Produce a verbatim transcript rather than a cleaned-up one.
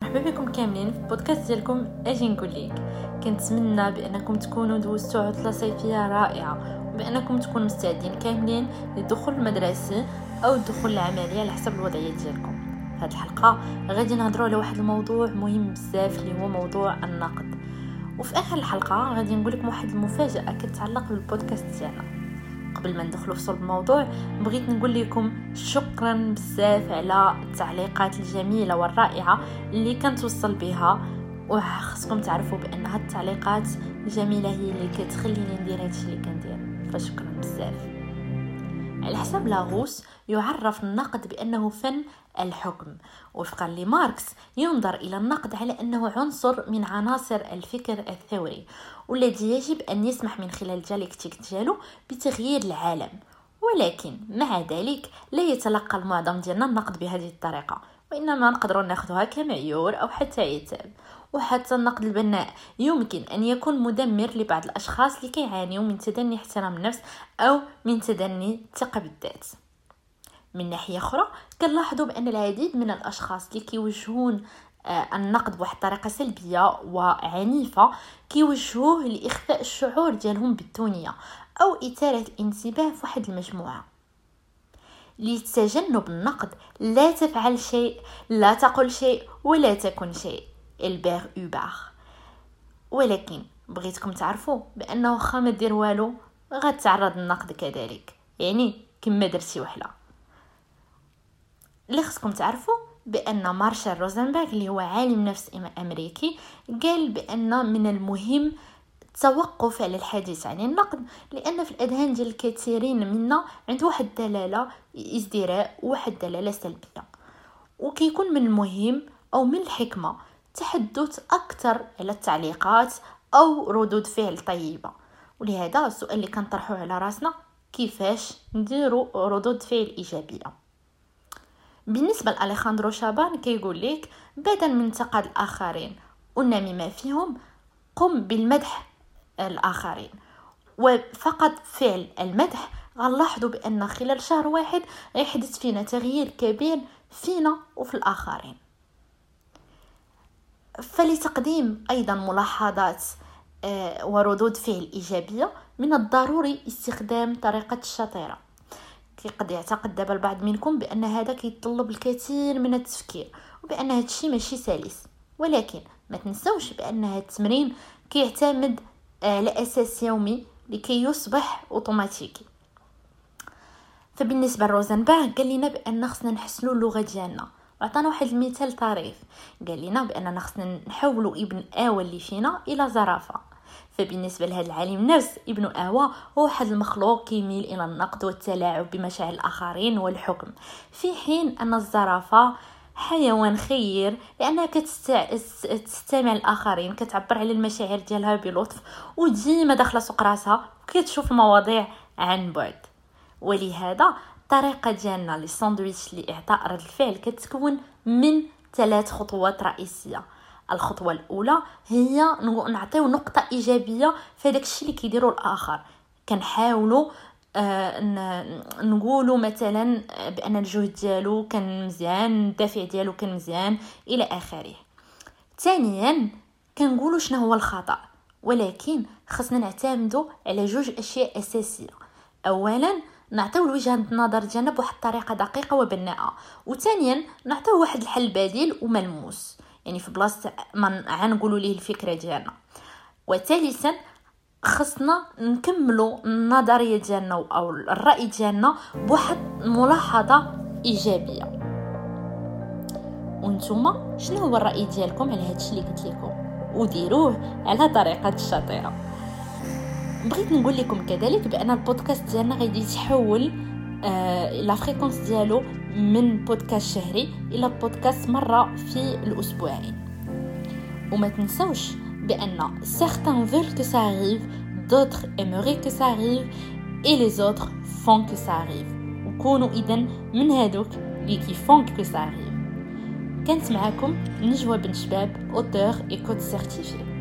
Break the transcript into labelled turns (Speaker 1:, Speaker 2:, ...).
Speaker 1: مرحبا بكم كاملين في بودكاست ديالكم اجي نقول لك. كنتمنى بانكم تكونوا دوزتوا عطله صيفيه رائعه وبانكم تكونوا مستعدين كاملين للدخول المدرسي او الدخول العملي على حسب الوضعيه ديالكم. في هذه الحلقه غادي نهضروا على واحد الموضوع مهم بزاف اللي هو موضوع النقد. وفي اخر الحلقه غادي نقول لكم واحد المفاجاه كتعلق بالبودكاست ديالنا. قبل ما ندخلوا في صلب الموضوع بغيت نقول لكم شكرا بزاف على التعليقات الجميله والرائعه اللي كنتوصل بها، وخصكم تعرفوا بان هاد التعليقات الجميله هي اللي كتخليني ندير هادشي اللي كندير، فشكرا بزاف. على حسب لاغوس يعرف النقد بانه فن الحكم، وفقا لماركس ينظر الى النقد على انه عنصر من عناصر الفكر الثوري والذي يجب ان يسمح من خلال الديالكتيك ديالو بتغيير العالم. ولكن مع ذلك لا يتلقى المعظم ديالنا النقد بهذه الطريقه، وانما نقدروا ناخذها كمعيور او حتى عتاب. وحتى النقد البناء يمكن أن يكون مدمر لبعض الأشخاص اللي كيعانيوا من تدني احترام النفس أو من تدني الثقة بالذات. من ناحية أخرى كنلاحظوا بأن العديد من الأشخاص اللي كيوجهون النقد بواحد الطريقة سلبية وعنيفة كيوجهوه لإخفاء الشعور ديالهم بالدونية أو إثارة الانتباه في واحد المجموعة. لتجنب النقد لا تفعل شيء، لا تقل شيء، ولا تكن شيء. البير اوبار. ولكن بغيتكم تعرفوا بانه واخا ما دير والو غتعرض للنقد كذلك، يعني كما درتي وحله. اللي خصكم تعرفوا بان مارشال روزنبرغ اللي هو عالم نفس امريكي قال بان من المهم التوقف على الحديث عن النقد، لان في الاذهان ديال الكثيرين منا عنده واحد الدلاله ازدراء وواحد الدلاله سلبيه، وكيكون من المهم او من الحكمه تحدث أكثر على التعليقات أو ردود فعل طيبة. ولهذا السؤال اللي كنطرحوه على راسنا كيفاش نديروا ردود فعل إيجابية. بالنسبة لأليخاندرو شابان كيقول لك بدلا من انتقاد الآخرين والنميمة فيهم، قم بالمدح الآخرين، وفقط فعل المدح غنلاحظوا بأن خلال شهر واحد يحدث فينا تغيير كبير فينا وفي الآخرين. فلتقديم أيضا ملاحظات وردود فعل إيجابية من الضروري استخدام طريقة الشطيرة. قد يعتقد دابا البعض منكم بأن هذا كيتطلب الكثير من التفكير وبأن هذا الشيء ماشي سلس، ولكن ما تنسوش بأن هذا التمرين كيعتمد على أساس يومي لكي يصبح أوتوماتيكي. فبالنسبة لروزنبرغ قال لنا بأن خصنا نحسنوا اللغة ديالنا، وعطانا واحد المثال طريف. قال لنا باننا خصنا نحولوا ابن آوى اللي فينا الى زرافه. فبالنسبه لهذا العالم نفس، ابن آوى هو واحد المخلوق كيميل الى النقد والتلاعب بمشاعر الاخرين والحكم، في حين ان الزرافه حيوان خير لانها كتستمع الاخرين، كتعبر على المشاعر ديالها بلطف وديما داخله سوق راسها وكتشوف المواضيع عن بعد. ولهذا الطريقه ديالنا للساندويتش لاعطاء رد الفعل كتكون من ثلاث خطوات رئيسيه. الخطوه الاولى هي نعطيو نقطه ايجابيه في داك الشيء اللي كيديروا الاخر. كنحاولوا آه نقولوا مثلا بان الجهد ديالو كان مزيان، الدافع ديالو كان مزيان الى اخره. ثانيا كنقولوا شنو هو الخطا، ولكن خصنا نعتمدوا على جوج اشياء اساسيه. اولا نعطيو الوجهه النظر ديالنا بواحد الطريقه دقيقه وبناءه، وثانيا نعطيو واحد الحل بديل وملموس، يعني في بلاصه ما غنقولوا ليه الفكره ديالنا. وثالثا خصنا نكملوا النظريه ديالنا او الراي ديالنا بواحد ملاحظه ايجابيه. وانتم شنو هو الراي ديالكم على هادشي اللي قلت لكم؟ وديروه على طريقه الشطيره. بغيت نقول لكم كذلك بان البودكاست ديالنا غادي يتحول آه لا فريكونس ديالو من بودكاست شهري الى بودكاست مره في الاسبوعين. وما تنسوش بان certains veulent que ça arrive, d'autres aimeraient que ça arrive et les autres font que ça arrive. وكونوا اذن من هذوك اللي كيفون que ça arrive. كانت معكم نجوى بن شباب، auteur et coach certifié.